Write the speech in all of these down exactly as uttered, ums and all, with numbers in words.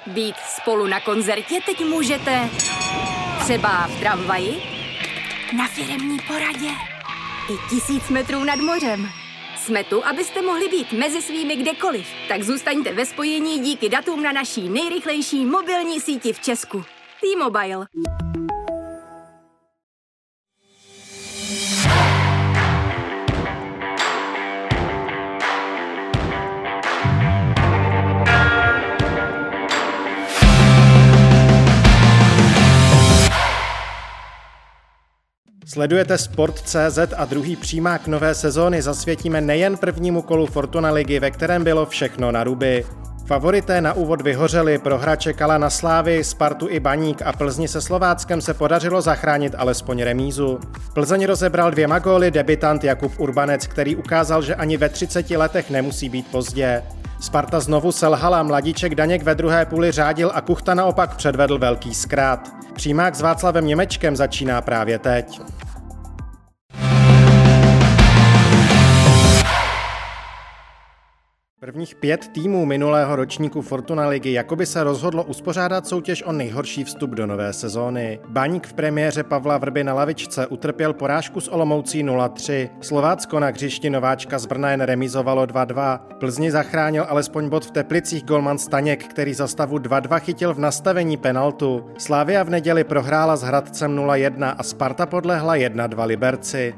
Být spolu na koncertě teď můžete třeba v tramvaji, na firemní poradě i tisíc metrů nad mořem. Jsme tu, abyste mohli být mezi svými kdekoliv. Tak zůstaňte ve spojení díky datům na naší nejrychlejší mobilní síti v Česku. T-Mobile. Sledujete Sport tečka cé zet a druhý přímák nové sezóny zasvětíme nejen prvnímu kolu Fortuna ligy, ve kterém bylo všechno na ruby. Favorité na úvod vyhořeli, prohra čekala na Slávy, Spartu i Baník a Plzni se Slováckem se podařilo zachránit alespoň remízu. Plzeň rozebral dvěma góly debutant Jakub Urbanec, který ukázal, že ani ve třiceti letech nemusí být pozdě. Sparta znovu selhala, mladíček Daněk ve druhé půli řádil a Kuchta naopak předvedl velký zkrát. Přímák s Václavem Němečkem začíná právě teď. Prvních pět týmů minulého ročníku Fortuna ligy jakoby se rozhodlo uspořádat soutěž o nejhorší vstup do nové sezóny. Baník v premiéře Pavla Vrby na lavičce utrpěl porážku s Olomoucí nula tři. Slovácko na hřišti nováčka z Brna jen remizovalo dva dva. Plzni zachránil alespoň bod v Teplicích golman Staněk, který za stavu dva dva chytil v nastavení penaltu. Slavia v neděli prohrála s Hradcem nula jedna a Sparta podlehla jedna dva Liberci.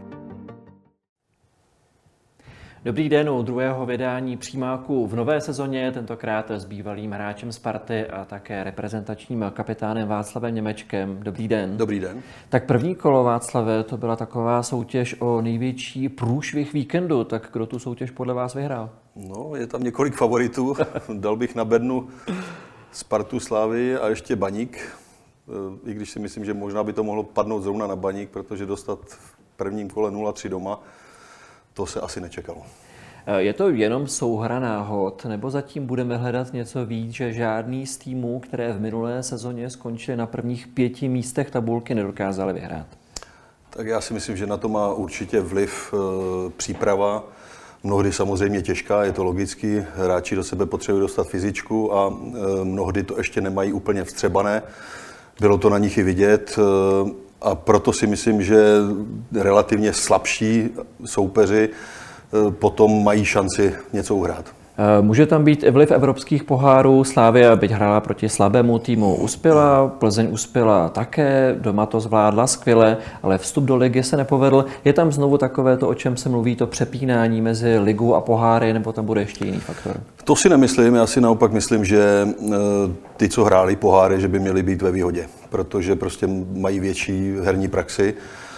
Dobrý den u druhého vydání přímáku v nové sezóně, tentokrát s bývalým hráčem Sparty a také reprezentačním kapitánem Václavem Němečkem. Dobrý den. Dobrý den. Tak první kolo, Václave, to byla taková soutěž o největší průšvih víkendu. Tak kdo tu soutěž podle vás vyhrál? No, je tam několik favoritů. Dal bych na bednu Spartu, Slávy a ještě Baník. I když si myslím, že možná by to mohlo padnout zrovna na Baník, protože dostat v prvním kole nula tři doma, to se asi nečekalo. Je to jenom souhra náhod, nebo zatím budeme hledat něco víc, že žádný z týmů, které v minulé sezóně skončily na prvních pěti místech tabulky, nedokázali vyhrát? Tak já si myslím, že na to má určitě vliv e, příprava. Mnohdy samozřejmě těžká, je to logický. Hráči do sebe potřebují dostat fyzičku a e, mnohdy to ještě nemají úplně vstřebané. Bylo to na nich i vidět. E, A proto si myslím, že relativně slabší soupeři potom mají šanci něco uhrát. Může tam být i vliv evropských pohárů. Slavia, byť hrála proti slabému týmu, uspěla, Plzeň uspěla také, doma to zvládla skvěle, ale vstup do ligy se nepovedl. Je tam znovu takové to, o čem se mluví, to přepínání mezi ligou a poháry, nebo tam bude ještě jiný faktor? To si nemyslím, já si naopak myslím, že ty, co hráli poháry, že by měli být ve výhodě, protože prostě mají větší herní praxi.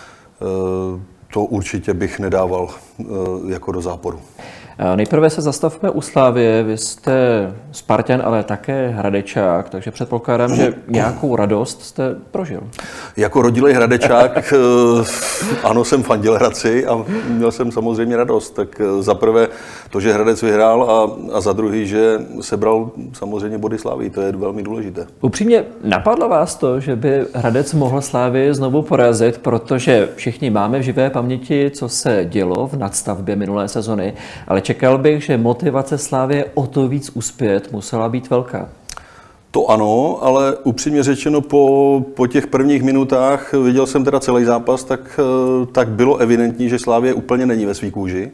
To určitě bych nedával jako do záporu. Nejprve se zastavme u Slávie. Vy jste Spartan, ale také Hradečák, takže předpokládám, že nějakou radost jste prožil. Jako rodilej Hradečák, ano, jsem fandil Hradci a měl jsem samozřejmě radost. Tak za prvé to, že Hradec vyhrál a, a za druhý, že sebral samozřejmě body Slávii, to je velmi důležité. Upřímně, napadlo vás to, že by Hradec mohl Slávii znovu porazit, protože všichni máme v živé paměti, co se dělo v nadstavbě minulé sezony, ale čekal bych, že motivace Slávie o to víc uspět musela být velká. To ano, ale upřímně řečeno po, po těch prvních minutách, viděl jsem teda celý zápas, tak, tak bylo evidentní, že Slávie úplně není ve svý kůži.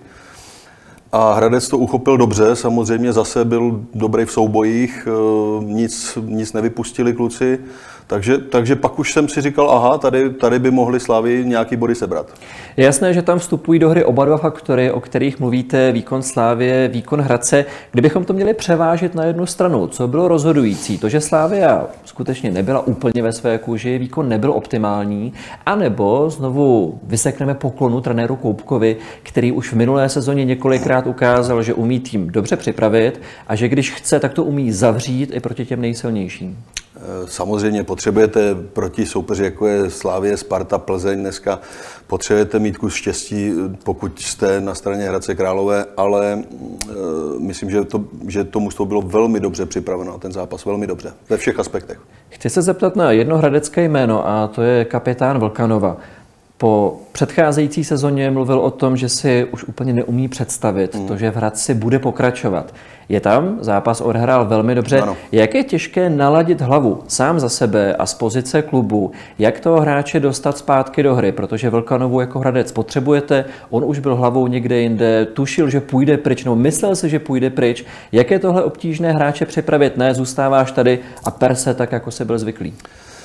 A Hradec to uchopil dobře, samozřejmě zase byl dobrý v soubojích, nic, nic nevypustili kluci. Takže, takže pak už jsem si říkal, aha, tady, tady by mohli Slávy nějaký body sebrat. Je jasné, že tam vstupují do hry oba dva faktory, o kterých mluvíte, výkon Slávie, výkon Hradce. Kdybychom to měli převážit na jednu stranu, co bylo rozhodující? To, že Slavia skutečně nebyla úplně ve své kůži, výkon nebyl optimální, anebo znovu vysekneme poklonu trenéru Koubkovi, který už v minulé sezóně několikrát ukázal, že umí tým dobře připravit a že když chce, tak to umí zavřít i proti těm nejsilnějším. Samozřejmě potřebujete proti soupeři, jako je Slavie, Sparta, Plzeň dneska, potřebujete mít kus štěstí, pokud jste na straně Hradce Králové, ale uh, myslím, že to, že to mužstvo bylo velmi dobře připraveno na ten zápas, velmi dobře, ve všech aspektech. Chci se zeptat na jedno hradecké jméno a to je kapitán Vlkanova. Po předcházející sezóně mluvil o tom, že si už úplně neumí představit mm. to, že v Hradci bude pokračovat. Je tam, zápas odehrál velmi dobře. Ano. Jak je těžké naladit hlavu sám za sebe a z pozice klubu, jak toho hráče dostat zpátky do hry, protože Vlkanovu jako Hradec potřebujete, on už byl hlavou někde jinde, tušil, že půjde pryč, no myslel si, že půjde pryč. Jak je tohle obtížné hráče připravit? Ne, zůstáváš tady a per se tak, jako se byl zvyklý.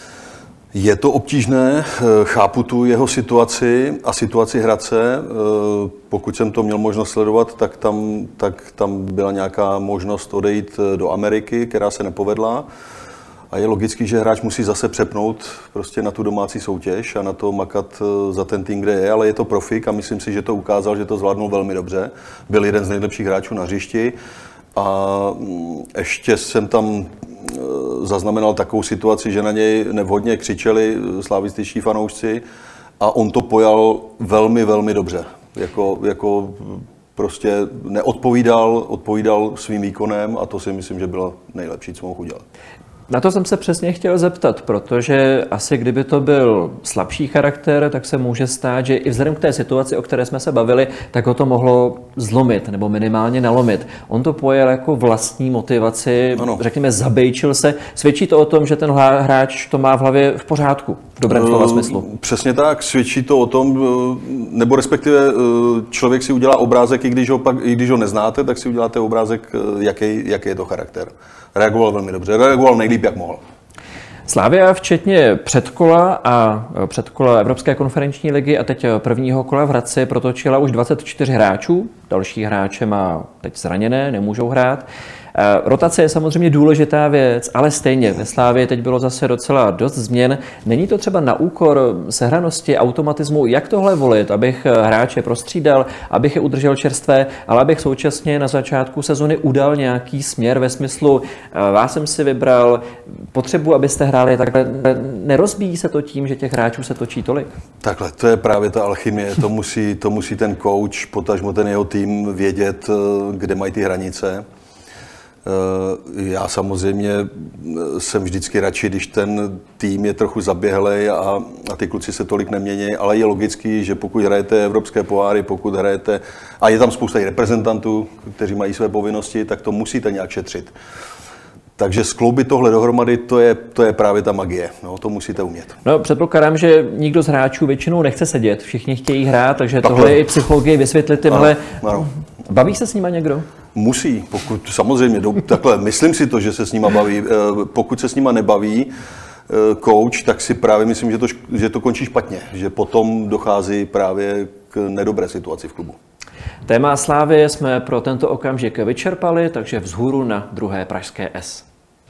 Je to obtížné, chápu tu jeho situaci a situaci Hradce. Pokud jsem to měl možnost sledovat, tak tam, tak tam byla nějaká možnost odejít do Ameriky, která se nepovedla. A je logický, že hráč musí zase přepnout prostě na tu domácí soutěž a na to makat za ten tým, kde je, ale je to profik a myslím si, že to ukázal, že to zvládnul velmi dobře. Byl jeden z nejlepších hráčů na hřišti a ještě jsem tam zaznamenal takovou situaci, že na něj nevhodně křičeli slavističtí fanoušci a on to pojal velmi, velmi dobře. Jako, jako prostě neodpovídal, odpovídal svým výkonem a to si myslím, že bylo nejlepší, co mohl udělat. Na to jsem se přesně chtěl zeptat, protože asi kdyby to byl slabší charakter, tak se může stát, že i vzhledem k té situaci, o které jsme se bavili, tak ho to mohlo zlomit nebo minimálně nalomit. On to pojel jako vlastní motivaci, ano. Řekněme, zabejčil se. Svědčí to o tom, že ten hráč to má v hlavě v pořádku, v dobrém slova smyslu. Přesně tak, svědčí to o tom, nebo respektive člověk si udělá obrázek, i když ho, pak, i když ho neznáte, tak si uděláte obrázek, jaký, jaký je to charakter. Reagoval velmi dobře, reagoval nejlíp, jak mohl. Slavia včetně předkola a předkola Evropské konferenční ligy a teď prvního kola v Hradci protočila už dvacet čtyři hráčů. Další hráče má teď zraněné, nemůžou hrát. Rotace je samozřejmě důležitá věc, ale stejně ve Slavii teď bylo zase docela dost změn. Není to třeba na úkor sehranosti, automatismu, jak tohle volit, abych hráče prostřídal, abych je udržel čerstvé, ale abych současně na začátku sezony udal nějaký směr ve smyslu, vás jsem si vybral, potřebuji, abyste hráli takhle. Nerozbíjí se to tím, že těch hráčů se točí tolik? Takhle, to je právě ta alchymie, to musí, to musí ten coach, potažmo ten jeho tým vědět, kde mají ty hranice. Já samozřejmě jsem vždycky radši, když ten tým je trochu zaběhlej a, a ty kluci se tolik nemění, ale je logický, že pokud hrajete evropské poháry, pokud hrajete, a je tam spousta i reprezentantů, kteří mají své povinnosti, tak to musíte nějak šetřit. Takže skloubit tohle dohromady, to je, to je právě ta magie. No, to musíte umět. No, předpokládám, že nikdo z hráčů většinou nechce sedět, všichni chtějí hrát, takže takhle. Tohle je i psychologii vysvětlit tyhle. Ano, ano. Baví se s nima někdo? Musí, pokud samozřejmě, takhle, myslím si to, že se s nima baví. Pokud se s nima nebaví coach, tak si právě myslím, že to, že to končí špatně, že potom dochází právě k nedobré situaci v klubu. Téma Slávie jsme pro tento okamžik vyčerpali, takže vzhůru na druhé pražské S.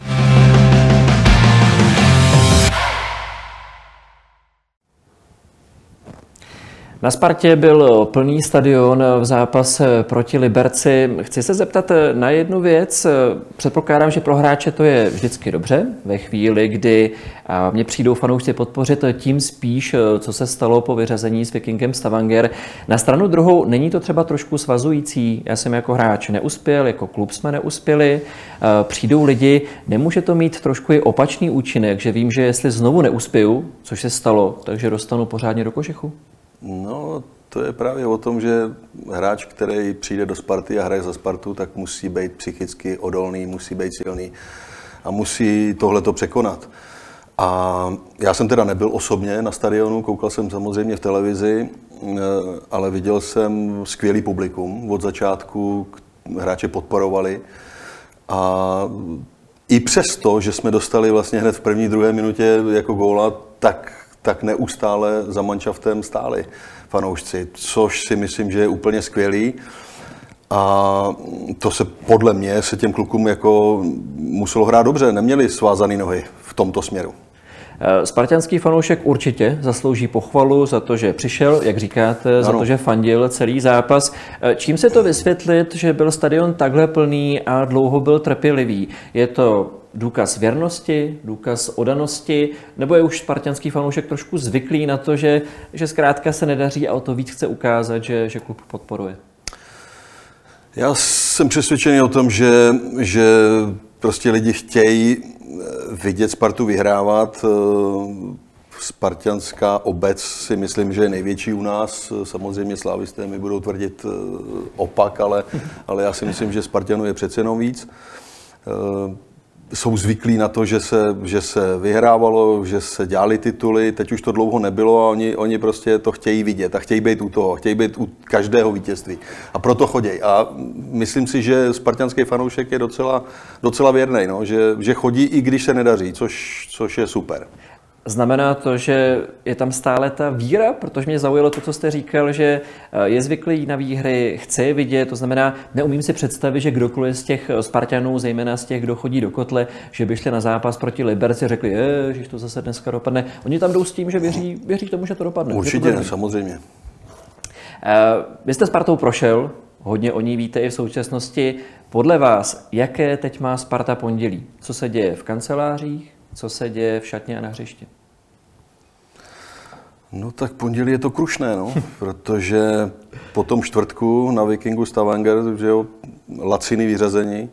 Na Spartě byl plný stadion v zápase proti Liberci. Chci se zeptat na jednu věc. Předpokládám, že pro hráče to je vždycky dobře. Ve chvíli, kdy mě přijdou fanoušci podpořit, tím spíš, co se stalo po vyřazení s Vikingem Stavanger. Na stranu druhou, není to třeba trošku svazující? Já jsem jako hráč neuspěl, jako klub jsme neuspěli. Přijdou lidi, nemůže to mít trošku i opačný účinek, že vím, že jestli znovu neuspěju, což se stalo, takže dostanu pořádně do košichu? No, to je právě o tom, že hráč, který přijde do Sparty a hraje za Spartu, tak musí být psychicky odolný, musí být silný a musí tohleto překonat. A já jsem teda nebyl osobně na stadionu, koukal jsem samozřejmě v televizi, ale viděl jsem skvělý publikum. Od začátku hráče podporovali a i přesto, že jsme dostali vlastně hned v první, druhé minutě jako góla, tak tak neustále za manšaftem stáli fanoušci, což si myslím, že je úplně skvělý. A to se podle mě se těm klukům jako muselo hrát dobře, neměli svázané nohy v tomto směru. Spartanský fanoušek určitě zaslouží pochvalu za to, že přišel, jak říkáte, ano. Za to, že fandil celý zápas. Čím se to vysvětlit, že byl stadion takhle plný a dlouho byl trpělivý? Je to důkaz věrnosti, důkaz odanosti, nebo je už spartanský fanoušek trošku zvyklý na to, že, že zkrátka se nedaří a o to víc chce ukázat, že, že klub podporuje? Já jsem přesvědčený o tom, že, že prostě lidi chtějí vidět Spartu vyhrávat. spartanská obec si myslím, že je největší u nás. Samozřejmě slávisté mi budou tvrdit opak, ale, ale já si myslím, že Spartanů je přece jenom víc. Jsou zvyklí na to, že se, že se vyhrávalo, že se dělali tituly, teď už to dlouho nebylo a oni, oni prostě to chtějí vidět a chtějí být u toho, chtějí být u každého vítězství. A proto chodějí. A myslím si, že spartanský fanoušek je docela, docela věrný, no? že, že chodí, i když se nedaří, což, což je super. Znamená to, že je tam stále ta víra, protože mě zaujalo to, co jste říkal, že je zvyklý na výhry, chce je vidět, to znamená, neumím si představit, že kdokoliv z těch Spartanů, zejména z těch, kdo chodí do kotle, že by šli na zápas proti Liberci a řekli, že to zase dneska dopadne. Oni tam jdou s tím, že věří, věří tomu, že to dopadne. Určitě, to samozřejmě. Vy jste Spartou prošel, hodně o ní víte i v současnosti. Podle vás, jaké teď má Sparta pondělí? Co se děje v kancelářích? Co se děje v šatně a na hřišti? No tak pondělí je to krušné, no, protože po tom čtvrtku na Vikingu Stavanger, že jo, laciný vyřazení,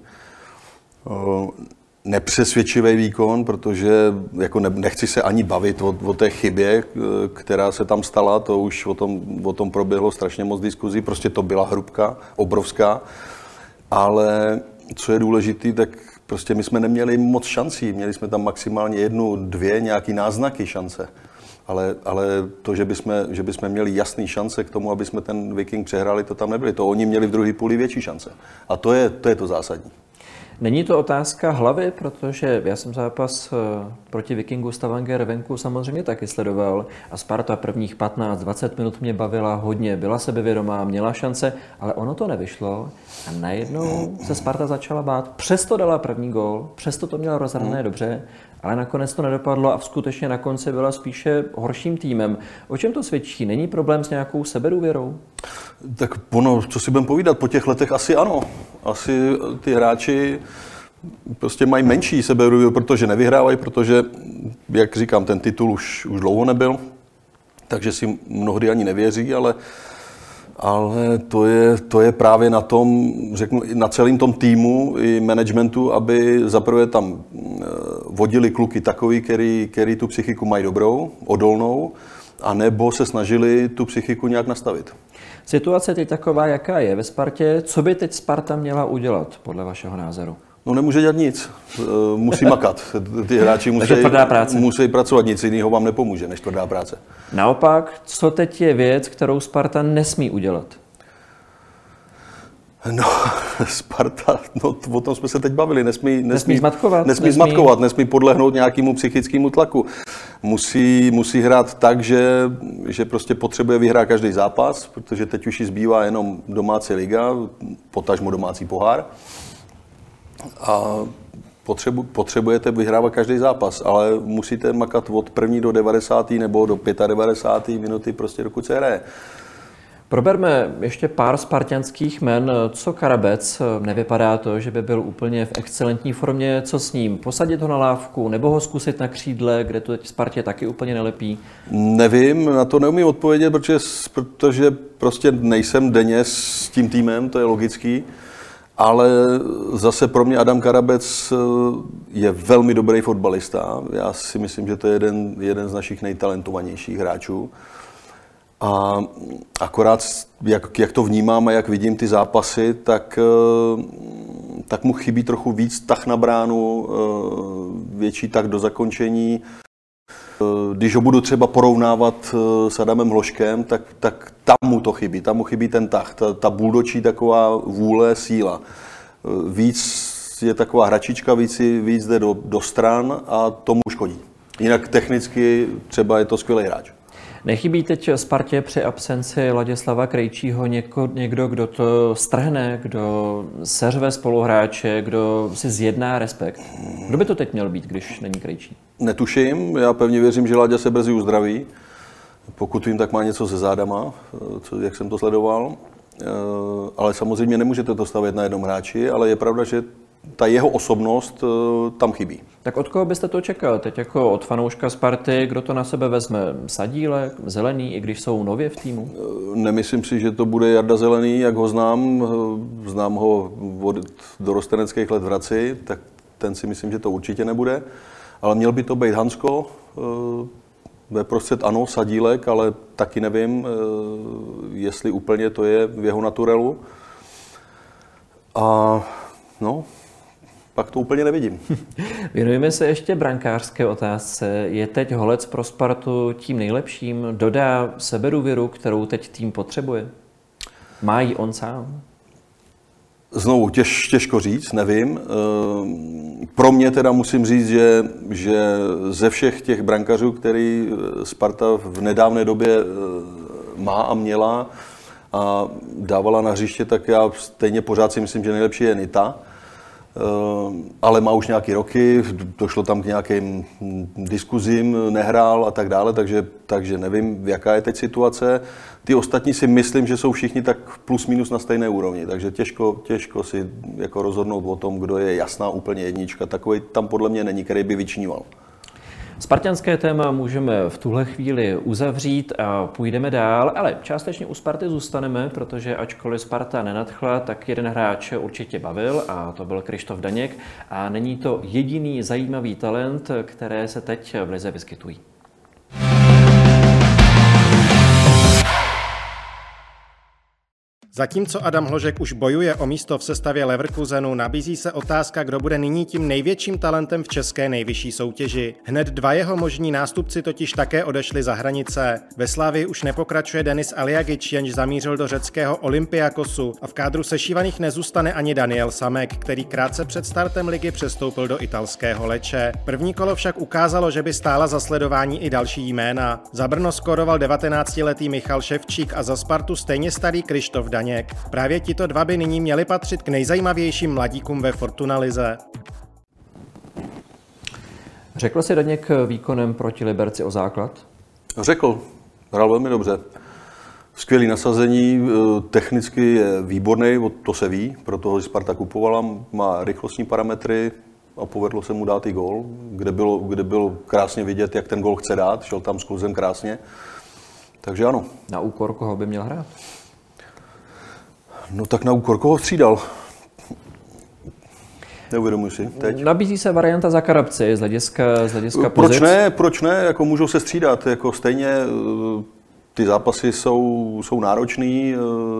nepřesvědčivý výkon, protože jako ne, nechci se ani bavit o, o té chybě, která se tam stala, to už o tom, o tom proběhlo strašně moc diskuzí, prostě to byla hrubka, obrovská, ale co je důležité, tak prostě my jsme neměli moc šancí, měli jsme tam maximálně jednu, dvě nějaký náznaky šance. Ale, ale to, že bychom, že bychom měli jasný šance k tomu, aby jsme ten Viking přehrali, to tam nebyly. To oni měli v druhé půli větší šance. A to je to, je to zásadní. Není to otázka hlavy, protože já jsem zápas proti Vikingu Stavanger venku samozřejmě taky sledoval a Sparta prvních patnáct dvacet minut mě bavila hodně, byla sebevědomá, měla šance, ale ono to nevyšlo a najednou se Sparta začala bát. Přesto dala první gól, přesto to měla rozhrané dobře, ale nakonec to nedopadlo a skutečně na konci byla spíše horším týmem. O čem to svědčí? Není problém s nějakou sebedůvěrou? Tak ono, co si budeme povídat, po těch letech asi ano. Asi ty hráči prostě mají menší sebedůvěru, protože nevyhrávají, protože, jak říkám, ten titul už, už dlouho nebyl, takže si mnohdy ani nevěří, ale, ale to, je, to je právě na tom, řeknu, na celém tom týmu i managementu, aby zaprvé tam vodili kluky takový, který, který tu psychiku mají dobrou, odolnou, a nebo se snažili tu psychiku nějak nastavit. Situace je teď taková, jaká je ve Spartě. Co by teď Sparta měla udělat, podle vašeho názoru? No nemůže dělat nic. Musí makat. Ty hráči musí, musí pracovat, nic jiného vám nepomůže, než tvrdá práce. Naopak, co teď je věc, kterou Sparta nesmí udělat? No, Sparta, no o tom jsme se teď bavili, nesmí, nesmí, nesmí zmatkovat, nesmí, nesmí zmatkovat, nesmí podlehnout nějakému psychickému tlaku. Musí, musí hrát tak, že, že prostě potřebuje vyhrát každý zápas, protože teď už jí zbývá jenom domácí liga, potažmo domácí pohár. A potřebu, potřebujete vyhrávat každý zápas, ale musíte makat od první do devadesáté nebo do devadesáté páté minuty, prostě dokud se hraje. Proberme ještě pár spartanských men. Co Karabec? Nevypadá to, že by byl úplně v excelentní formě. Co s ním? Posadit ho na lávku nebo ho zkusit na křídle, kde to teď Spartě taky úplně nelepí? Nevím, na to neumím odpovědět, protože, protože prostě nejsem denně s tím týmem, to je logický. Ale zase pro mě Adam Karabec je velmi dobrý fotbalista. Já si myslím, že to je jeden, jeden z našich nejtalentovanějších hráčů. A akorát, jak, jak to vnímám a jak vidím ty zápasy, tak, tak mu chybí trochu víc tah na bránu, větší tah do zakončení. Když ho budu třeba porovnávat s Adamem Hloškem, tak, tak tam mu to chybí, tam mu chybí ten tah, ta, ta buldočí taková vůle, síla. Víc je taková hračička, víc, víc jde do, do stran a tomu škodí. Jinak technicky třeba je to skvělý hráč. Nechybí teď Spartě při absenci Ladislava Krejčího něko, někdo, kdo to strhne, kdo seřve spoluhráče, kdo si zjedná respekt? Kdo by to teď měl být, když není Krejčí? Netuším, já pevně věřím, že Láďa se brzy uzdraví. Pokud vím, tak má něco se zádama, co, jak jsem to sledoval. Ale samozřejmě nemůžete to stavět na jednom hráči, ale je pravda, že ta jeho osobnost tam chybí. Tak od koho byste to čekal? Teď jako od fanouška Sparty, kdo to na sebe vezme? Sadílek, Zelený, i když jsou nově v týmu? Nemyslím si, že to bude Jarda Zelený, jak ho znám. Znám ho od dorosteneckých let v Hradci, tak ten si myslím, že to určitě nebude. Ale měl by to být Hansko, Ve prostřed ano, Sadílek, ale taky nevím, jestli úplně to je v jeho naturelu. A no, pak to úplně nevidím. Věnujeme se ještě brankářské otázce. Je teď Holec pro Spartu tím nejlepším? Dodá sebedůvěru, kterou teď tým potřebuje? Má ji on sám? Znovu, těž, těžko říct, nevím. Pro mě teda musím říct, že, že ze všech těch brankařů, který Sparta v nedávné době má a měla a dávala na hřiště, tak já stejně pořád si myslím, že nejlepší je Nita. Ale má už nějaké roky, došlo tam k nějakým diskuzím, nehrál a tak dále, takže, takže nevím, jaká je teď situace. Ty ostatní si myslím, že jsou všichni tak plus minus na stejné úrovni, takže těžko, těžko si jako rozhodnout o tom, kdo je jasná úplně jednička. Takový tam podle mě není, který by vyčníval. Spartanské téma můžeme v tuhle chvíli uzavřít a půjdeme dál, ale částečně u Sparty zůstaneme, protože ačkoliv Sparta nenadchla, tak jeden hráč určitě bavil a to byl Krištof Daněk a není to jediný zajímavý talent, které se teď v lize vyskytují. Zatímco Adam Hložek už bojuje o místo v sestavě Leverkusenu, nabízí se otázka, kdo bude nyní tím největším talentem v české nejvyšší soutěži. Hned dva jeho možní nástupci totiž také odešli za hranice. Ve Slavii už nepokračuje Denis Aliagič, jenž zamířil do řeckého Olympiakosu a v kádru sešívaných nezůstane ani Daniel Samek, který krátce před startem ligy přestoupil do italského Lecce. První kolo však ukázalo, že by stála za sledování i další jména. Za Brno skóroval devatenáctiletý Michal Ševčík a za Spartu stejně starý Krištof Daněk. Právě tito dva by nyní měli patřit k nejzajímavějším mladíkům ve Fortuna lize. Řekl si Daněk výkonem proti Liberci o základ? Řekl. Hrál velmi dobře. Skvělý nasazení, technicky je výborný, to se ví, proto ho Sparta kupovala, má rychlostní parametry a povedlo se mu dát i gól, kde bylo, kde bylo krásně vidět, jak ten gól chce dát, šel tam s kluzem krásně. Takže ano. Na úkor koho by měl hrát? No tak na úkor koho střídal? Neuvědomuji si teď. Nabízí se varianta za Karabci z hlediska, z hlediska Proč pozic? ne? Proč ne? Jako můžou se střídat. Jako stejně ty zápasy jsou, jsou náročný,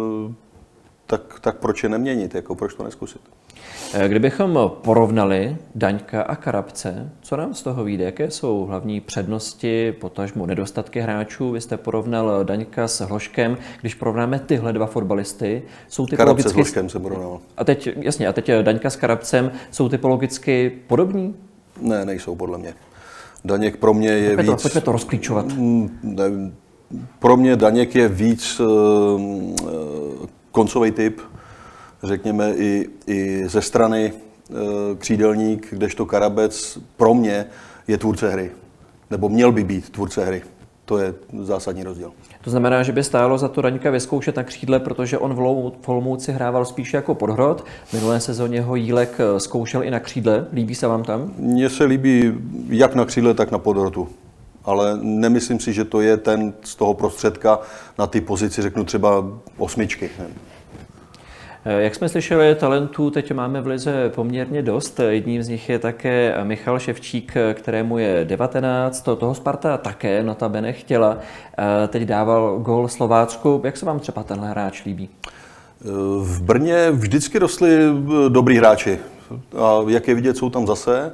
tak, tak proč je neměnit? Jako proč to neskusit? Kdybychom porovnali Daňka a Karabce, co nám z toho vyjde? Jaké jsou hlavní přednosti, potažmo nedostatky hráčů? Vy jste porovnal Daňka s Hložkem. Když porovnáme tyhle dva fotbalisty, jsou typologicky... Karabce s Hložkem se porovnal. A teď, jasně, a teď Daňka s Karabcem jsou typologicky podobní? Ne, nejsou podle mě. Daněk pro mě je pojďme víc... To, pojďme to rozklíčovat. Ne, pro mě Daněk je víc uh, koncový typ, řekněme i, i ze strany e, křídelník, kdežto Karabec pro mě je tvůrce hry. Nebo měl by být tvůrce hry. To je zásadní rozdíl. To znamená, že by stálo za to Daňka vyzkoušet na křídle, protože on v Olomouci hrával spíše jako podhrot. V minulé sezóně ho Jílek zkoušel i na křídle. Líbí se vám tam? Mně se líbí jak na křídle, tak na podhrotu. Ale nemyslím si, že to je ten z toho prostředka na ty pozici, řeknu třeba osmičky. Jak jsme slyšeli, talentů teď máme v lize poměrně dost. Jedním z nich je také Michal Ševčík, kterému je devatenáct. Toho Sparta také notabene chtěla. Teď dával gól Slovácku. Jak se vám třeba tenhle hráč líbí? V Brně vždycky rostli dobrý hráči. A jak je vidět, jsou tam zase.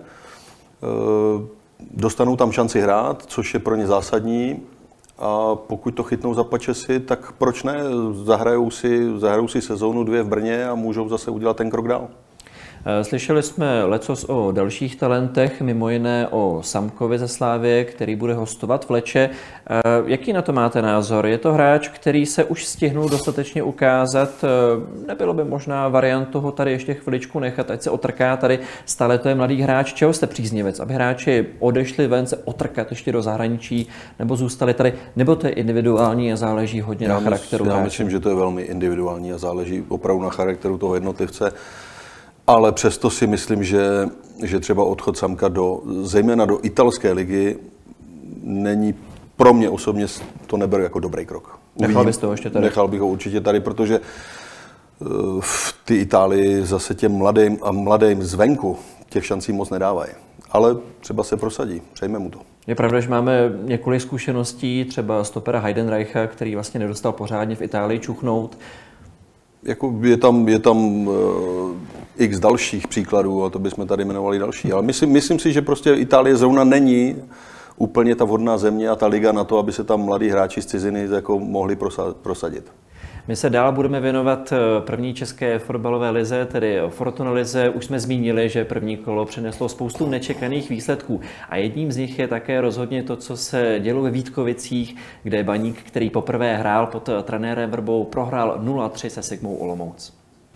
Dostanou tam šanci hrát, což je pro ně zásadní. A pokud to chytnou za pačesy, tak proč ne? Zahrajou si, zahrajou si sezónu dvě v Brně a můžou zase udělat ten krok dál. Slyšeli jsme lecos o dalších talentech, mimo jiné o Samkovi ze Slávie, který bude hostovat v Lecce. Jaký na to máte názor? Je to hráč, který se už stihnul dostatečně ukázat? Nebylo by možná variant toho tady ještě chviličku nechat, ať se otrká tady, stále to je mladý hráč. Čeho jste příznivec? Aby hráči odešli ven se otrkat ještě do zahraničí, nebo zůstali tady? Nebo to je individuální a záleží hodně já na charakteru Já hráče? myslím, že to je velmi individuální a záleží opravdu na charakteru toho jednotlivce. Ale přesto si myslím, že, že třeba odchod Samka do, zejména do italské ligy není pro mě osobně, to neberu jako dobrý krok. Nechal byste ho ještě tady? Nechal bych ho určitě tady, protože v té Itálii zase těm mladým a mladým zvenku, těch šancí moc nedávají. Ale třeba se prosadí, přejme mu to. Je pravda, že máme několik zkušeností, třeba stopera Heidenreicha, který vlastně nedostal pořádně v Itálii čuchnout. Jako je tam, je tam uh, x dalších příkladů, a to bychom tady jmenovali další. Ale myslím, myslím si, že prostě Itálie zrovna není úplně ta vhodná země a ta liga na to, aby se tam mladí hráči z ciziny jako mohli prosadit. My se dál budeme věnovat první české fotbalové lize, tedy Fortuna lize. Už jsme zmínili, že první kolo přineslo spoustu nečekaných výsledků. A jedním z nich je také rozhodně to, co se dělo ve Vítkovicích, kde Baník, který poprvé hrál pod trenérem Vrbou, prohrál nula tři se Sigmou Olomouc.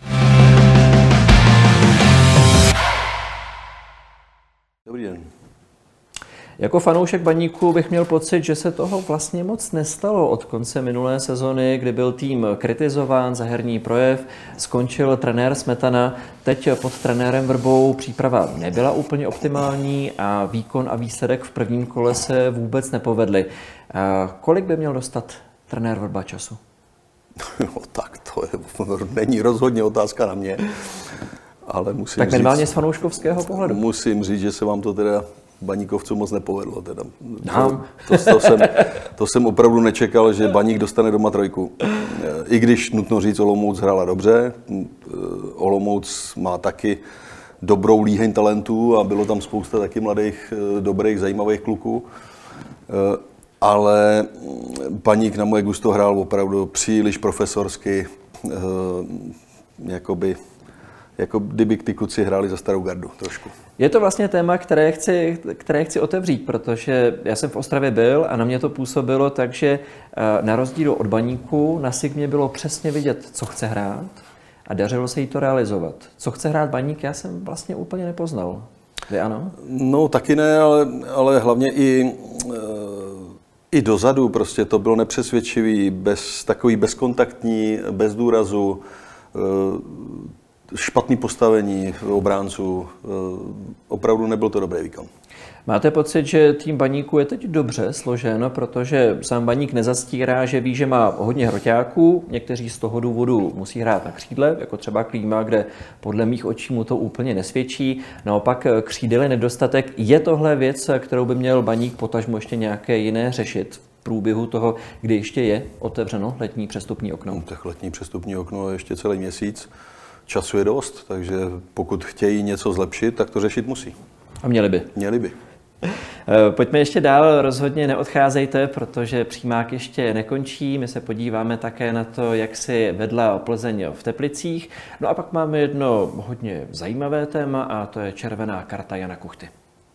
Dobrý den. Jako fanoušek Baníku bych měl pocit, že se toho vlastně moc nestalo od konce minulé sezony, kdy byl tým kritizován za herní projev, skončil trenér Smetana, teď pod trenérem Vrbou příprava nebyla úplně optimální a výkon a výsledek v prvním kole se vůbec nepovedly. A kolik by měl dostat trenér Vrba času? No, tak to je, není rozhodně otázka na mě, ale musím Tak minimálně říct, z fanouškovského pohledu. Musím říct, že se vám to teda Baníkovců moc nepovedlo. Teda. To, to, to, jsem, to jsem opravdu nečekal, že Baník dostane doma trojku. I když nutno říct, Olomouc hrála dobře, Olomouc má taky dobrou líheň talentů a bylo tam spousta taky mladých, dobrých, zajímavých kluků. Ale Baník na moje gusto hrál opravdu příliš profesorsky, jakoby jako kdyby ty kluci hráli za starou gardu trošku. Je to vlastně téma, které chci, které chci otevřít, protože já jsem v Ostravě byl a na mě to působilo tak, že na rozdíl od Baníku na Sigmě bylo přesně vidět, co chce hrát a dařilo se jí to realizovat. Co chce hrát Baník, já jsem vlastně úplně nepoznal. Vy ano? No taky ne, ale, ale hlavně i, i dozadu prostě to bylo nepřesvědčivý, bez, takový bezkontaktní, bez důrazu, špatný postavení obránců, opravdu nebyl to dobrý výkon. Máte pocit, že tým Baníku je teď dobře složen, protože sám Baník nezastírá, že ví, že má hodně hroťáků, někteří z toho důvodu musí hrát na křídle, jako třeba Klíma, kde podle mých očí mu to úplně nesvědčí. Naopak křídel je nedostatek. Je tohle věc, kterou by měl Baník potažmo ještě nějaké jiné řešit v průběhu toho, kdy ještě je otevřeno letní přestupní okno? No, tak letní přestupní okno je ještě celý měsíc. Času je dost, takže pokud chtějí něco zlepšit, tak to řešit musí. A měli by. Měli by. Pojďme ještě dál, rozhodně neodcházejte, protože přímák ještě nekončí. My se podíváme také na to, jak si vedla Plzeň v Teplicích. No a pak máme jedno hodně zajímavé téma a to je červená karta Jana Kuchty.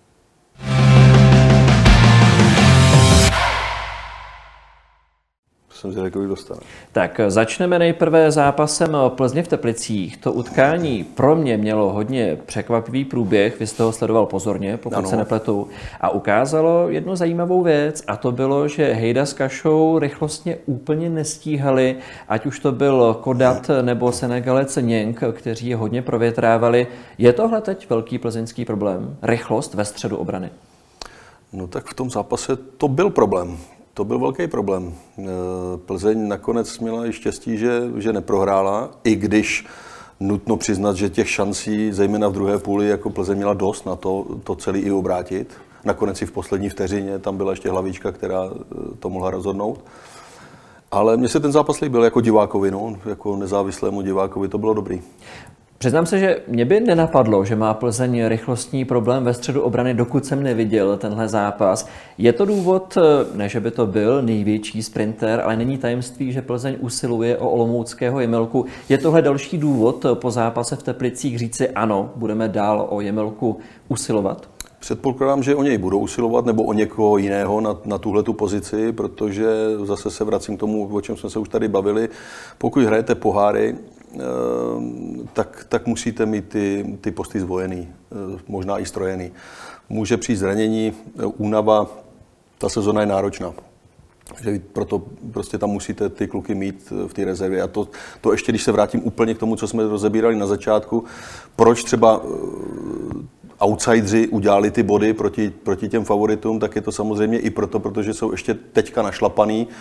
Jsem si řekl, že dostane. Tak začneme nejprve zápasem Plzně v Teplicích. To utkání pro mě mělo hodně překvapivý průběh, vy jste ho sledoval pozorně, pokud ano. se nepletu, a ukázalo jednu zajímavou věc, a to bylo, že Hejda s Kašou rychlostně úplně nestíhali, ať už to byl Kodat nebo Senegalec Něnk, kteří je hodně provětrávali. Je tohle teď velký plzeňský problém? Rychlost ve středu obrany? No tak v tom zápase to byl problém. To byl velký problém. Plzeň nakonec měla i štěstí, že, že neprohrála, i když nutno přiznat, že těch šancí, zejména v druhé půli, jako Plzeň měla dost na to, to celý i obrátit. Nakonec i v poslední vteřině tam byla ještě hlavička, která to mohla rozhodnout. Ale mně se ten zápas líbil jako divákovi, no, jako nezávislému divákovi, to bylo dobrý. Přiznám se, že mě by nenapadlo, že má Plzeň rychlostní problém ve středu obrany, dokud jsem neviděl tenhle zápas. Je to důvod, ne že by to byl největší sprinter, ale není tajemství, že Plzeň usiluje o olomouckého Jemelku. Je tohle další důvod po zápase v Teplicích říci ano, budeme dál o Jemelku usilovat? Předpokládám, že o něj budou usilovat nebo o někoho jiného na, na tuhletu pozici, protože zase se vracím k tomu, o čem jsme se už tady bavili. Pokud hrajete poháry, tak, tak musíte mít ty, ty posty zvojený, možná i strojený. Může přijít zranění, únava, ta sezona je náročná. Že proto prostě tam musíte ty kluky mít v té rezervě. A to, to ještě, když se vrátím úplně k tomu, co jsme rozebírali na začátku, proč třeba outsidři udělali ty body proti, proti těm favoritům, tak je to samozřejmě i proto, protože jsou ještě teďka našlapaný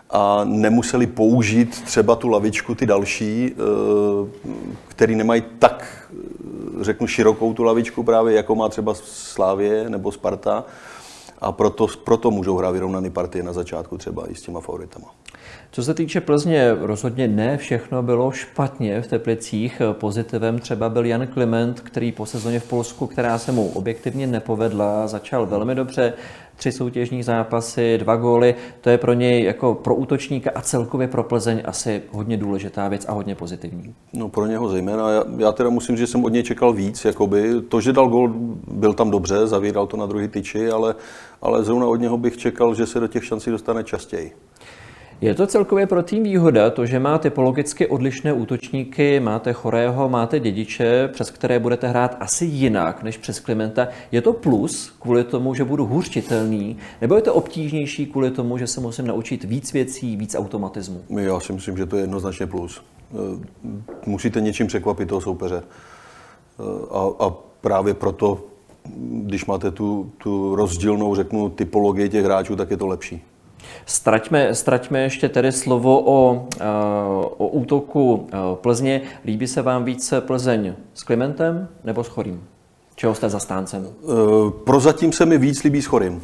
a nemuseli použít třeba tu lavičku ty další, který nemají tak, řeknu, širokou tu lavičku právě, jako má třeba Slavie nebo Sparta. A proto, proto můžou hrát vyrovnaný partie na začátku třeba i s těma favoritama. Co se týče Plzně, rozhodně ne všechno bylo špatně v Teplicích. Pozitivem třeba byl Jan Kliment, který po sezóně v Polsku, která se mu objektivně nepovedla, začal velmi dobře. Tři soutěžní zápasy, dva góly. To je pro něj jako pro útočníka a celkově pro Plzeň asi hodně důležitá věc a hodně pozitivní. No pro něho zejména. Já, já teda musím, že jsem od něj čekal víc. Jakoby. To, že dal gól, byl tam dobře, zavíral to na druhý tyči, ale, ale zrovna od něho bych čekal, že se do těch šancí dostane častěji. Je to celkově pro tým výhoda, to, že má typologicky odlišné útočníky, máte Chorého, máte Dědiče, přes které budete hrát asi jinak než přes Klimenta. Je to plus kvůli tomu, že budu hůř čitelný, nebo je to obtížnější kvůli tomu, že se musím naučit víc věcí, víc automatismu? Já si myslím, že to je jednoznačně plus. Musíte něčím překvapit toho soupeře. A, a právě proto, když máte tu, tu rozdílnou, řeknu, typologii těch hráčů, tak je to lepší. Straťme, straťme ještě tedy slovo o, o útoku Plzně. Líbí se vám více Plzeň s Klimentem nebo s Chorým? Čeho jste zastáncem? Prozatím se mi víc líbí s Chorým.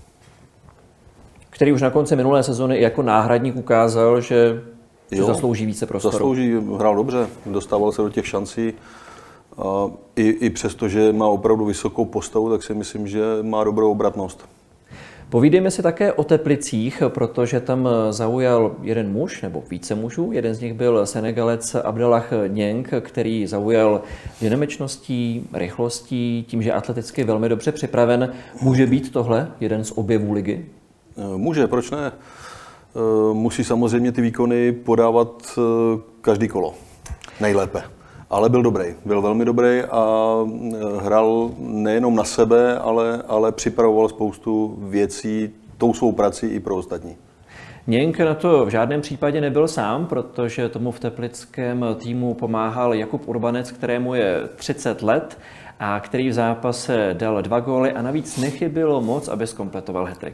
Který už na konci minulé sezony jako náhradník ukázal, že, že jo, zaslouží více prostoru. Zaslouží, hrál dobře, dostával se do těch šancí. A i, i přesto, že má opravdu vysokou postavu, tak si myslím, že má dobrou obratnost. Povídejme si také o Teplicích, protože tam zaujal jeden muž, nebo více mužů. Jeden z nich byl Senegalec Abdellah Niang, který zaujal dynamičností, rychlostí, tím, že je atleticky velmi dobře připraven. Může být tohle jeden z objevů ligy? Může, proč ne? Musí samozřejmě ty výkony podávat každý kolo. Nejlépe. Ale byl dobrý, byl velmi dobrý a hrál nejenom na sebe, ale, ale připravoval spoustu věcí tou svou prací i pro ostatní. Niang na to v žádném případě nebyl sám, protože tomu v teplickém týmu pomáhal Jakub Urbanec, kterému je třicet let a který v zápase dal dva góly a navíc nechybilo moc, aby zkompletoval hat-trick.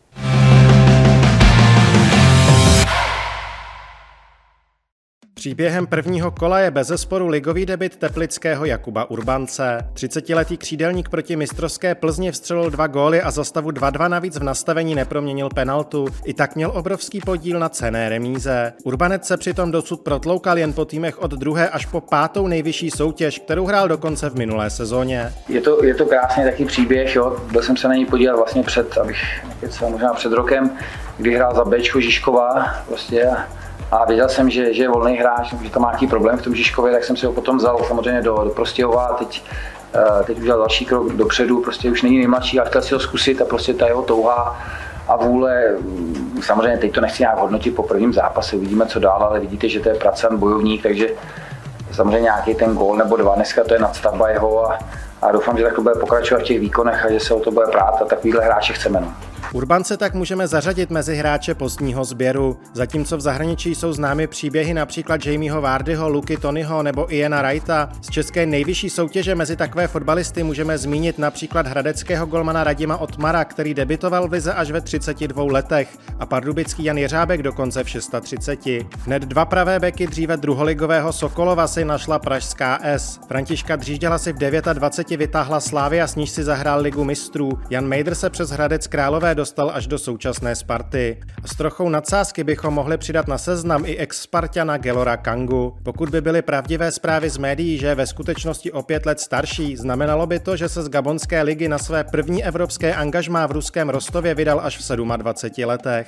Příběhem prvního kola je bezesporu ligový debut teplického Jakuba Urbance. třicetiletý křídelník proti mistrovské Plzni vstřelil dva góly a za stavu dva dva navíc v nastavení neproměnil penaltu. I tak měl obrovský podíl na cenné remíze. Urbanec se přitom dosud protloukal jen po týmech od druhé až po pátou nejvyšší soutěž, kterou hrál dokonce v minulé sezóně. Je to, je to krásný taky příběh, jo. Byl jsem se na něj podívat vlastně před, abych nekecal, možná před rokem, kdy hrál za Bčko Žižkova prostě. A věděl jsem, že, že je volný hráč, že tam má nějaký problém v tom Žižkově, tak jsem si ho potom vzal samozřejmě do, do Prostějova a teď, teď udělal další krok dopředu, prostě už není nejmladší, ale chtěl si ho zkusit a prostě ta jeho touha a vůle, samozřejmě teď to nechci nějak hodnotit po prvním zápase, uvidíme co dál, ale vidíte, že to je pracant, bojovník, takže samozřejmě nějaký ten gól nebo dva, dneska to je nadstavba jeho a, a doufám, že takhle bude pokračovat v těch výkonech a že se o to bude prát a takovýhle hráče chceme. No. Urbance tak můžeme zařadit mezi hráče pozdního sběru. Zatímco v zahraničí jsou známy příběhy například Jamieho Vardyho, Luky Tonyho nebo Iana Wrighta, z české nejvyšší soutěže mezi takové fotbalisty můžeme zmínit například hradeckého golmana Radima Otmara, který debutoval v lize až ve třiceti dvou letech, a pardubický Jan Jeřábek dokonce v třiceti šesti. Hned dva pravé beky dříve druholigového Sokolova si našla pražská S. Františka Dřížděla si v dvaceti devíti vytáhla Slavia, s níž si zahrál ligu mistrů. Jan Mejdr se přes Hradec Králové dostal až do současné Sparty. S trochou nadsázky bychom mohli přidat na seznam i ex-Sparťana Gelora Kangu. Pokud by byly pravdivé zprávy z médií, že je ve skutečnosti o pět let starší, znamenalo by to, že se z gabonské ligy na své první evropské angažmá v ruském Rostově vydal až v dvaceti sedmi letech.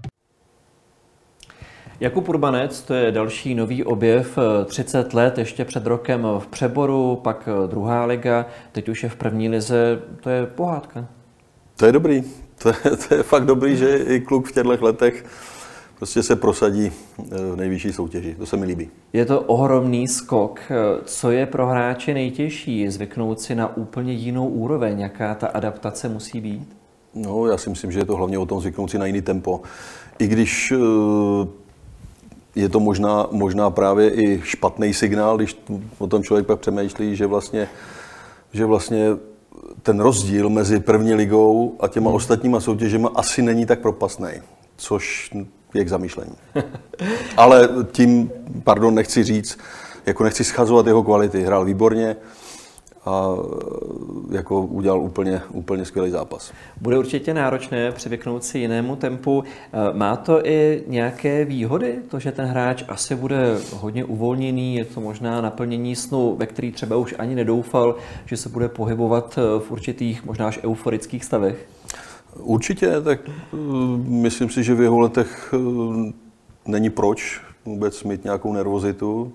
Jakub Urbanec, to je další nový objev, třicet let, ještě před rokem v Přeboru, pak druhá liga, teď už je v první lize, to je pohádka. To je dobrý, to je, to je fakt dobrý, že i kluk v těchto letech prostě se prosadí v nejvyšší soutěži, to se mi líbí. Je to ohromný skok. Co je pro hráče nejtěžší? Zvyknout si na úplně jinou úroveň, jaká ta adaptace musí být? No, já si myslím, že je to hlavně o tom zvyknout si na jiný tempo. I když je to možná, možná právě i špatný signál, když o tom člověk pak přemýšlí, že vlastně, že vlastně ten rozdíl mezi první ligou a těma ostatníma soutěžema asi není tak propastný. Což je k zamýšlení. Ale tím, pardon, nechci říct, jako nechci schazovat jeho kvality. Hrál výborně a jako udělal úplně, úplně skvělý zápas. Bude určitě náročné přivyknout si jinému tempu. Má to i nějaké výhody, to, že ten hráč asi bude hodně uvolněný, je to možná naplnění snu, ve který třeba už ani nedoufal, že se bude pohybovat v určitých, možná až euforických stavech? Určitě, tak myslím si, že v jeho letech není proč vůbec mít nějakou nervozitu.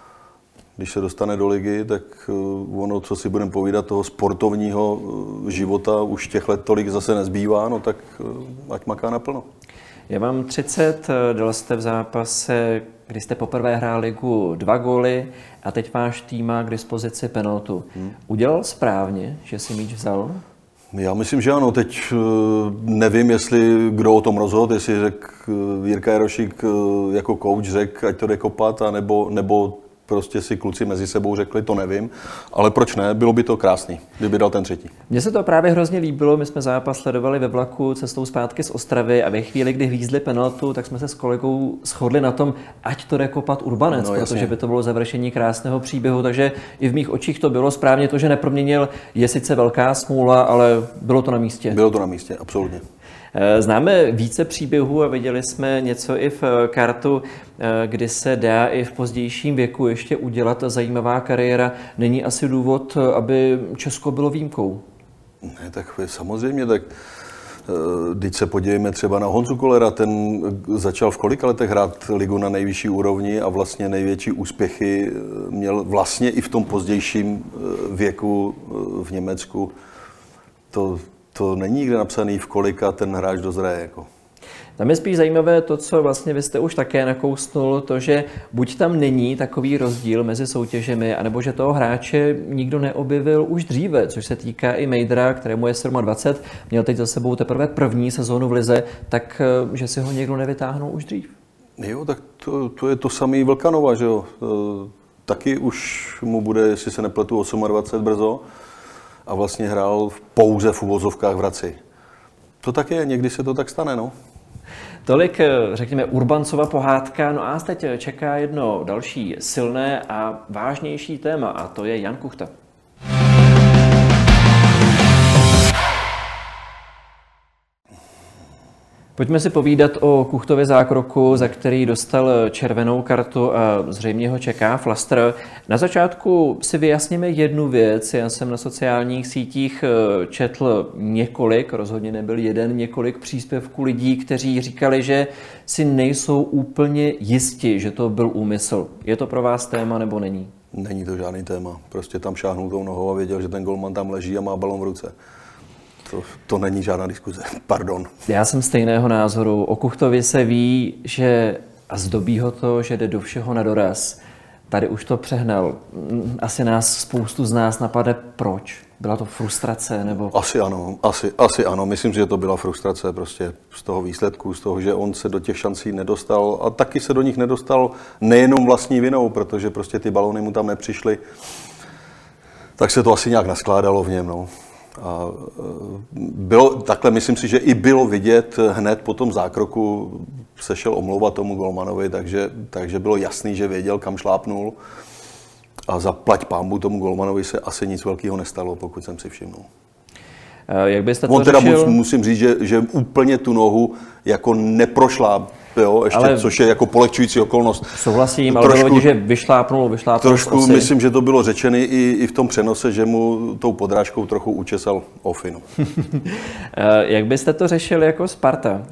Když se dostane do ligy, tak ono, co si budeme povídat, toho sportovního života už těch let tolik zase nezbývá, no tak ať maká naplno. Je vám třicet, dal jste v zápase, kdy jste poprvé hrál ligu, dva góly a teď váš tým má k dispozici penaltu. Hmm. Udělal správně, že si míč vzal? Já myslím, že ano. Teď nevím, jestli kdo o tom rozhodl, jestli řekl Jirka Jarošík jako coach, řekl, ať to jde kopat, a nebo, nebo prostě si kluci mezi sebou řekli, to nevím, ale proč ne, bylo by to krásný, kdyby dal ten třetí. Mně se to právě hrozně líbilo, my jsme zápas sledovali ve vlaku cestou zpátky z Ostravy a ve chvíli, kdy hvízdli penaltu, tak jsme se s kolegou shodli na tom, ať to jde kopat Urbanec, no, protože by to bylo završení krásného příběhu, takže i v mých očích to bylo správně, to, že neproměnil, je sice velká smůla, ale bylo to na místě. Bylo to na místě, absolutně. Známe více příběhů a viděli jsme něco i v kartu, kdy se dá i v pozdějším věku ještě udělat zajímavá kariéra. Není asi důvod, aby Česko bylo výjimkou? Ne, tak samozřejmě, tak když se podívejme třeba na Honzu Kollera, ten začal v kolika letech hrát ligu na nejvyšší úrovni a vlastně největší úspěchy měl vlastně i v tom pozdějším věku v Německu. To To není nikde napsaný, v kolika ten hráč dozraje. Jako. Tam je spíš zajímavé to, co vlastně vy jste už také nakousnul, to, že buď tam není takový rozdíl mezi soutěžemi, anebo že toho hráče nikdo neobjevil už dříve, což se týká i Mejdra, kterému je dvacet sedm, měl teď za sebou teprve první sezónu v lize, tak že si ho někdo nevytáhnul už dřív. Jo, tak to, to je to samý Vlkanova, že jo. Taky už mu bude, jestli se nepletu, dvacet osm brzo. A vlastně hrál pouze v uvozovkách v Hradci. To tak je, někdy se to tak stane, no. Tolik, řekněme, Urbancova pohádka, no a teď čeká jedno další silné a vážnější téma, a to je Jan Kuchta. Pojďme si povídat o Kuchtově zákroku, za který dostal červenou kartu a zřejmě ho čeká flastr. Na začátku si vyjasníme jednu věc. Já jsem na sociálních sítích četl několik, rozhodně nebyl jeden, několik příspěvků lidí, kteří říkali, že si nejsou úplně jisti, že to byl úmysl. Je to pro vás téma nebo není? Není to žádný téma. Prostě tam šáhnul tou nohou a věděl, že ten golman tam leží a má balon v ruce. To, to není žádná diskuze, pardon. Já jsem stejného názoru. O Kuchtovi se ví, že a zdobí ho to, že jde do všeho na doraz. Tady už to přehnal. Asi nás, spoustu z nás napadne, proč? Byla to frustrace nebo? Asi ano, asi, asi ano. Myslím, že to byla frustrace prostě z toho výsledku, z toho, že on se do těch šancí nedostal a taky se do nich nedostal nejenom vlastní vinou, protože prostě ty balony mu tam nepřišly. Tak se to asi nějak naskládalo v něm, no. A bylo, takhle myslím si, že i bylo vidět hned po tom zákroku, se šel omlouvat tomu golmanovi, takže, takže bylo jasný, že věděl, kam šlápnul. A zaplať pánbu tomu golmanovi se asi nic velkého nestalo, pokud jsem si všimnul. Jak byste to On teda řešil? Musím říct, že, že úplně tu nohu jako neprošla, jo, ještě, ale což je jako polehčující okolnost. Souhlasím, ale trošku, bylo, že vyšlápnul, vyšlápnul. Trošku myslím, že to bylo řečené i, i v tom přenose, že mu tou podrážkou trochu učesal ofinu. Jak byste to řešili jako Sparta?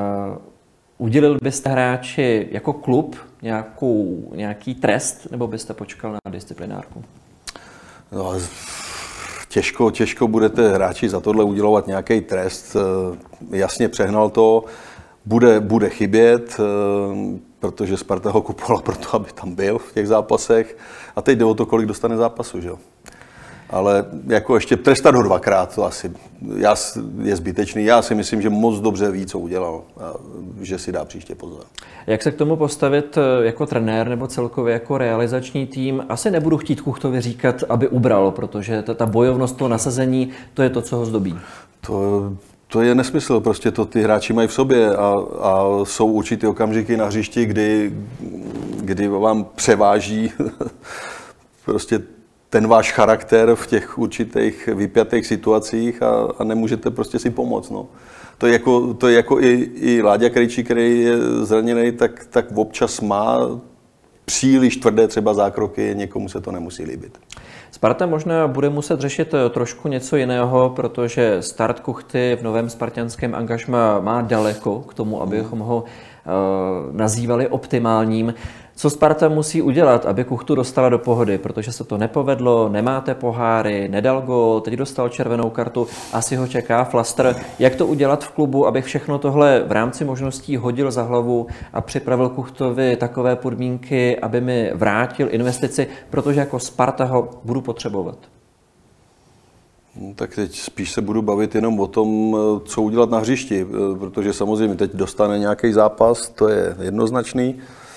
Udělil byste hráči jako klub nějakou, nějaký trest, nebo byste počkal na disciplinárku? No, těžko, těžko budete hráči za tohle udělovat nějaký trest. Jasně přehnal to. Bude, bude chybět, protože Sparta ho kupovala proto, aby tam byl v těch zápasech. A teď jde o to, kolik dostane zápasu, že jo. Ale jako ještě trestat ho dvakrát, to asi je zbytečný. Já si myslím, že moc dobře ví, co udělal a že si dá příště pozor. Jak se k tomu postavit jako trenér nebo celkově jako realizační tým? Asi nebudu chtít Kuchtovi říkat, aby ubral, protože ta, ta bojovnost, to nasazení, to je to, co ho zdobí. To, To je nesmysl, prostě to ty hráči mají v sobě a, a jsou určité okamžiky na hřišti, kdy, kdy vám převáží prostě ten váš charakter v těch určitých vypjatých situacích a, a nemůžete prostě si pomoct. No. To je jako, to je jako i, i Láďa Krejčí, který je zraněný, tak, tak občas má příliš tvrdé třeba zákroky, někomu se to nemusí líbit. Sparta možná bude muset řešit trošku něco jiného, protože start Kuchty v novém spartanském angažmá má daleko k tomu, abychom ho uh, nazývali optimálním. Co Sparta musí udělat, aby Kuchtu dostala do pohody, protože se to nepovedlo, nemáte poháry, nedal gól, teď dostal červenou kartu, asi ho čeká flastr. Jak to udělat v klubu, aby všechno tohle v rámci možností hodil za hlavu a připravil Kuchtovi takové podmínky, aby mi vrátil investici, protože jako Sparta ho budu potřebovat? No, tak teď spíš se budu bavit jenom o tom, co udělat na hřišti, protože samozřejmě teď dostane nějaký zápas, to je jednoznačný.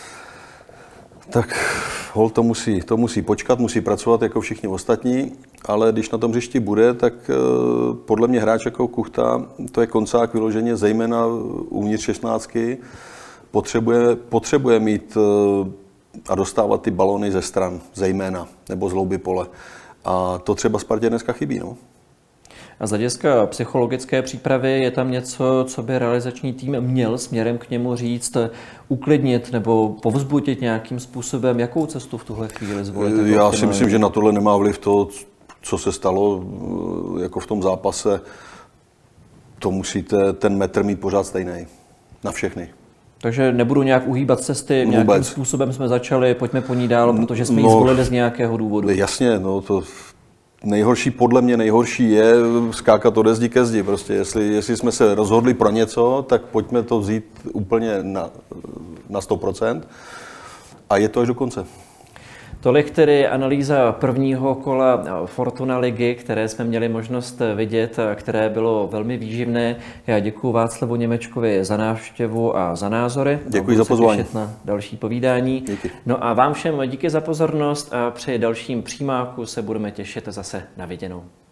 Tak hol to musí, to musí počkat, musí pracovat jako všichni ostatní, ale když na tom hřišti bude, tak podle mě hráč jako Kuchta, to je koncák vyloženě, zejména uvnitř šestnáctky, potřebuje, potřebuje mít a dostávat ty balony ze stran, zejména, nebo z hlouby pole. A to třeba Spartě dneska chybí. No. A z hlediska psychologické přípravy je tam něco, co by realizační tým měl směrem k němu říct, uklidnit nebo povzbudit nějakým způsobem, jakou cestu v tuhle chvíli zvolit? Já si myslím, že na tohle nemá vliv to, co se stalo jako v tom zápase. To musíte ten metr mít pořád stejný. Na všechny. Takže nebudu nějak uhýbat cesty, Vůbec. Nějakým způsobem jsme začali, pojďme po ní dál, protože jsme no, ji zvolili z nějakého důvodu. Jasně, no to nejhorší, podle mě nejhorší je skákat ode zdi ke zdi. Prostě jestli, jestli jsme se rozhodli pro něco, tak pojďme to vzít úplně na, na sto procent a je to až do konce. Tolik tedy analýza prvního kola Fortuna ligy, které jsme měli možnost vidět a které bylo velmi výživné. Já děkuji Václavu Němečkovi za návštěvu a za názory. Děkuji za pozvání. Těšit na další povídání. Díky. No a vám všem díky za pozornost a při dalším přímáku se budeme těšit zase na viděnou.